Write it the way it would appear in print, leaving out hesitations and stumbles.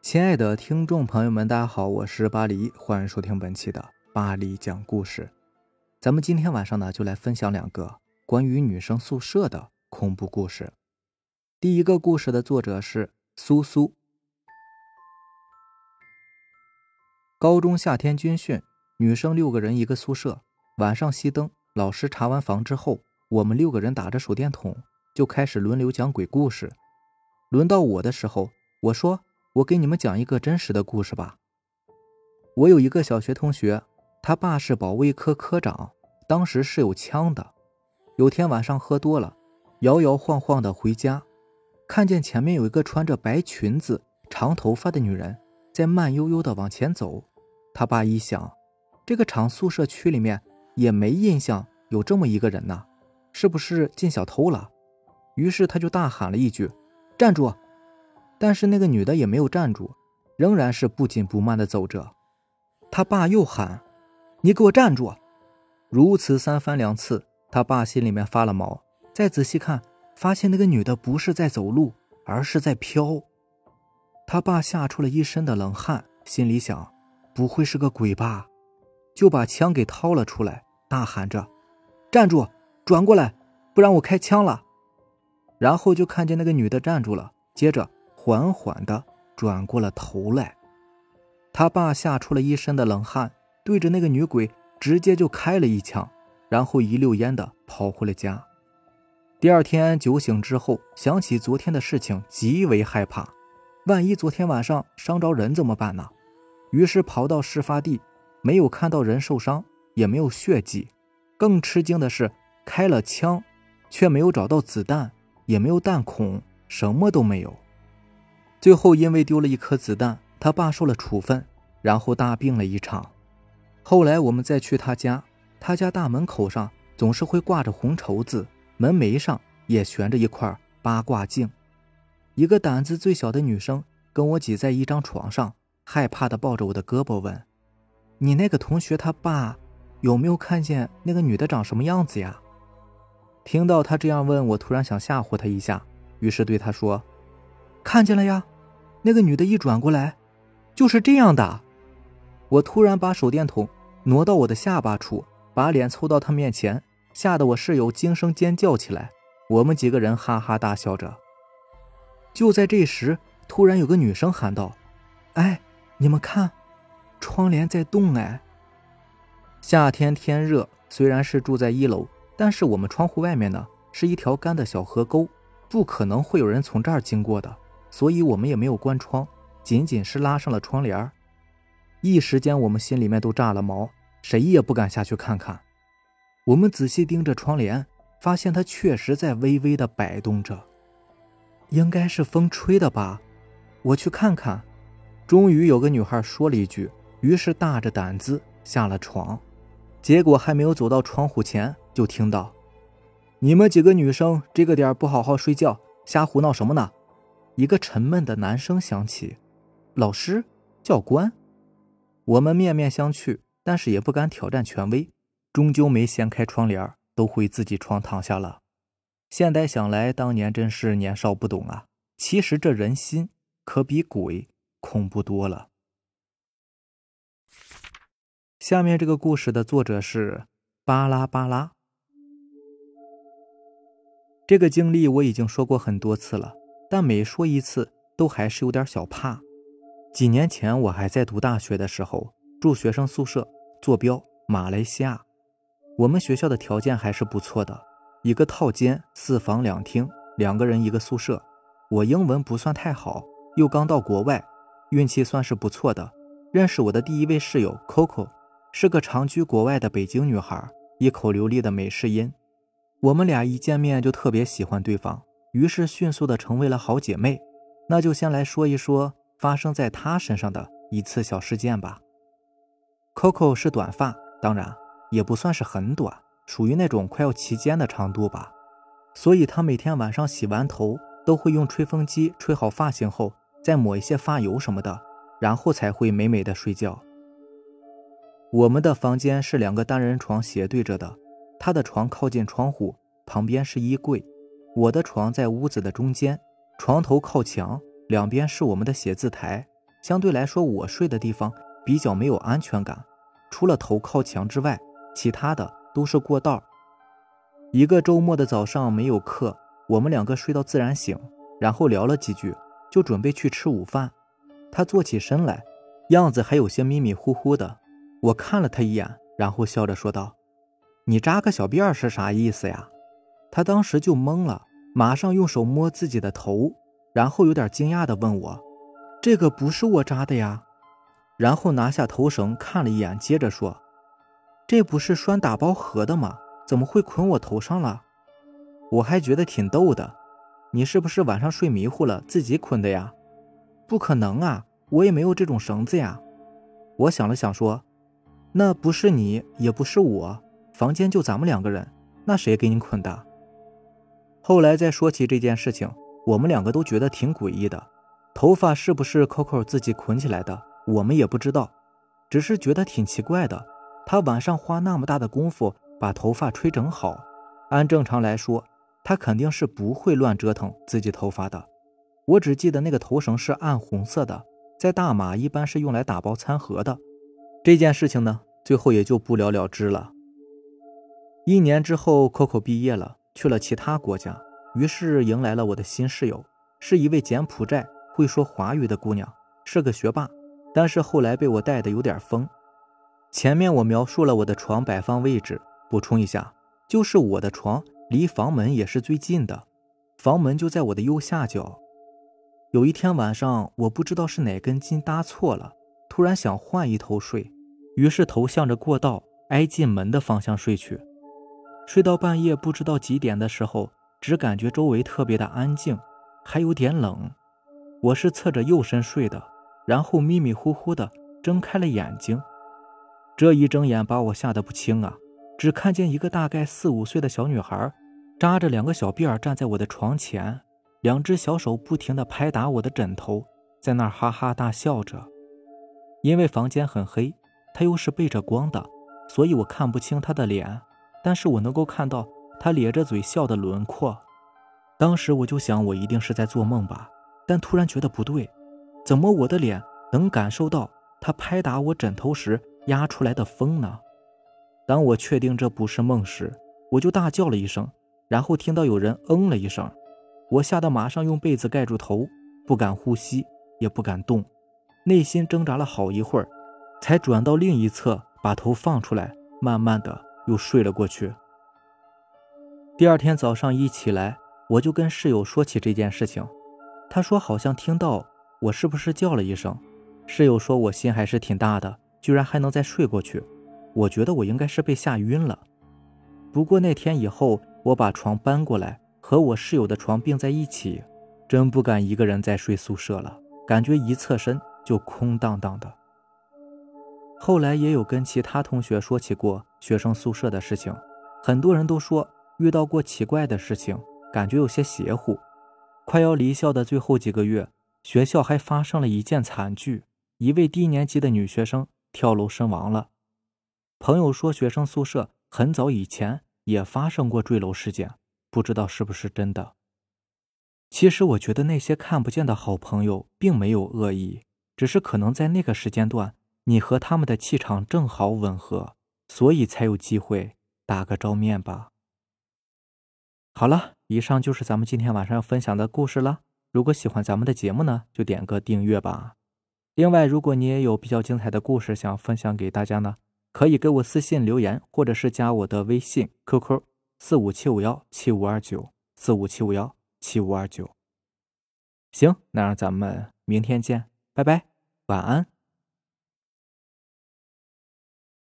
亲爱的听众朋友们，大家好，我是巴黎，欢迎收听本期的巴黎讲故事。咱们今天晚上呢，就来分享两个关于女生宿舍的恐怖故事。第一个故事的作者是苏苏。高中夏天军训，女生6个人一个宿舍，晚上熄灯，老师查完房之后，我们6个人打着手电筒就开始轮流讲鬼故事。轮到我的时候，我说我给你们讲一个真实的故事吧。我有一个小学同学，他爸是保卫科科长，当时是有枪的。有天晚上喝多了，摇摇晃晃的回家，看见前面有一个穿着白裙子长头发的女人在慢悠悠的往前走。他爸一想，这个厂宿舍区里面也没印象有这么一个人呢，是不是进小偷了？于是他就大喊了一句，站住！但是那个女的也没有站住，仍然是不紧不慢地走着。他爸又喊，你给我站住！如此3番2次，他爸心里面发了毛，再仔细看，发现那个女的不是在走路，而是在飘。他爸吓出了一身的冷汗，心里想，不会是个鬼吧？就把枪给掏了出来，大喊着，站住，转过来，不然我开枪了。然后就看见那个女的站住了，接着缓缓地转过了头来。他爸吓出了一身的冷汗，对着那个女鬼直接就开了一枪，然后一溜烟地跑回了家。第二天酒醒之后，想起昨天的事情，极为害怕，万一昨天晚上伤着人怎么办呢？于是跑到事发地，没有看到人受伤，也没有血迹。更吃惊的是，开了枪却没有找到子弹，也没有弹孔，什么都没有。最后因为丢了一颗子弹，他爸受了处分，然后大病了一场。后来我们再去他家大门口上总是会挂着红绸子，门楣上也悬着一块八卦镜。一个胆子最小的女生跟我挤在一张床上，害怕地抱着我的胳膊问，你那个同学他爸有没有看见那个女的长什么样子呀？听到他这样问，我突然想吓唬他一下，于是对他说，看见了呀，那个女的一转过来就是这样的。我突然把手电筒挪到我的下巴处，把脸凑到他面前，吓得我室友惊声尖叫起来。我们几个人哈哈大笑着。就在这时，突然有个女生喊道，哎，你们看，窗帘在动哎。夏天天热，虽然是住在1楼，但是我们窗户外面呢是一条干的小河沟，不可能会有人从这儿经过的，所以我们也没有关窗，仅仅是拉上了窗帘。一时间我们心里面都炸了毛，谁也不敢下去看看。我们仔细盯着窗帘，发现它确实在微微的摆动着，应该是风吹的吧，我去看看。终于有个女孩说了一句，于是大着胆子下了床。结果还没有走到窗户前，就听到，你们几个女生这个点不好好睡觉，瞎胡闹什么呢？一个沉闷的男声响起，老师，教官。我们面面相觑，但是也不敢挑战权威，终究没掀开窗帘，都回自己床躺下了。现在想来，当年真是年少不懂啊，其实这人心可比鬼恐怖多了。下面这个故事的作者是巴拉巴拉。这个经历我已经说过很多次了，但每说一次都还是有点小怕。几年前我还在读大学的时候，住学生宿舍，坐标马来西亚。我们学校的条件还是不错的，一个套间4房2厅，2个人一个宿舍。我英文不算太好，又刚到国外，运气算是不错的，认识我的第一位室友 Coco， 是个长居国外的北京女孩，一口流利的美式音。我们俩一见面就特别喜欢对方，于是迅速的成为了好姐妹。那就先来说一说发生在她身上的一次小事件吧。Coco 是短发，当然也不算是很短，属于那种快要齐肩的长度吧。所以她每天晚上洗完头都会用吹风机吹好发型后，再抹一些发油什么的，然后才会美美的睡觉。我们的房间是2个单人床斜对着的，她的床靠近窗户，旁边是衣柜，我的床在屋子的中间，床头靠墙，两边是我们的写字台， 相对来说我睡的地方比较没有安全感，除了头靠墙之外，其他的都是过道。一个周末的早上没有课，我们两个睡到自然醒，然后聊了几句，就准备去吃午饭。他坐起身来，样子还有些迷迷糊糊的。我看了他一眼，然后笑着说道：“你扎个小辫是啥意思呀？”他当时就懵了，马上用手摸自己的头，然后有点惊讶地问我：“这个不是我扎的呀？”然后拿下头绳看了一眼，接着说：“这不是拴打包盒的吗？怎么会捆我头上了？”我还觉得挺逗的，你是不是晚上睡迷糊了自己捆的呀？不可能啊，我也没有这种绳子呀。我想了想说，那不是你也不是我，房间就咱们两个人，那谁给你捆的？后来再说起这件事情，我们两个都觉得挺诡异的，头发是不是 Coco 自己捆起来的我们也不知道，只是觉得挺奇怪的，他晚上花那么大的功夫把头发吹整好，按正常来说他肯定是不会乱折腾自己头发的。我只记得那个头绳是暗红色的，在大马一般是用来打包餐盒的。这件事情呢，最后也就不了了之了。1年之后 Coco 毕业了，去了其他国家，于是迎来了我的新室友，是一位柬埔寨会说华语的姑娘，是个学霸，但是后来被我带的有点疯。前面我描述了我的床摆放位置，补充一下，就是我的床离房门也是最近的，房门就在我的右下角。有一天晚上，我不知道是哪根筋搭错了，突然想换一头睡，于是头向着过道挨近门的方向睡去。睡到半夜不知道几点的时候，只感觉周围特别的安静，还有点冷。我是侧着右身睡的，然后迷迷糊糊的睁开了眼睛。这一睁眼把我吓得不轻啊，只看见一个大概4、5岁的小女孩，扎着2个小辫站在我的床前，2只小手不停地拍打我的枕头，在那儿哈哈大笑着。因为房间很黑，她又是背着光的，所以我看不清她的脸，但是我能够看到她咧着嘴笑的轮廓。当时我就想我一定是在做梦吧，但突然觉得不对，怎么我的脸能感受到她拍打我枕头时压出来的风呢？当我确定这不是梦时，我就大叫了一声，然后听到有人嗯了一声，我吓得马上用被子盖住头，不敢呼吸，也不敢动，内心挣扎了好一会儿，才转到另一侧，把头放出来，慢慢的又睡了过去。第二天早上一起来，我就跟室友说起这件事情，他说好像听到我是不是叫了一声，室友说我心还是挺大的，居然还能再睡过去，我觉得我应该是被吓晕了。不过那天以后，我把床搬过来，和我室友的床并在一起，真不敢一个人再睡宿舍了，感觉一侧身就空荡荡的。后来也有跟其他同学说起过学生宿舍的事情，很多人都说遇到过奇怪的事情，感觉有些邪乎。快要离校的最后几个月，学校还发生了一件惨剧，一位低年级的女学生跳楼身亡了。朋友说学生宿舍很早以前也发生过坠楼事件，不知道是不是真的。其实我觉得那些看不见的好朋友并没有恶意，只是可能在那个时间段你和他们的气场正好吻合，所以才有机会打个照面吧。好了，以上就是咱们今天晚上要分享的故事了。如果喜欢咱们的节目呢，就点个订阅吧。另外，如果你也有比较精彩的故事想分享给大家呢，可以给我私信留言，或者是加我的微信 QQ 457517529 457517529。行，那让咱们明天见，拜拜，晚安。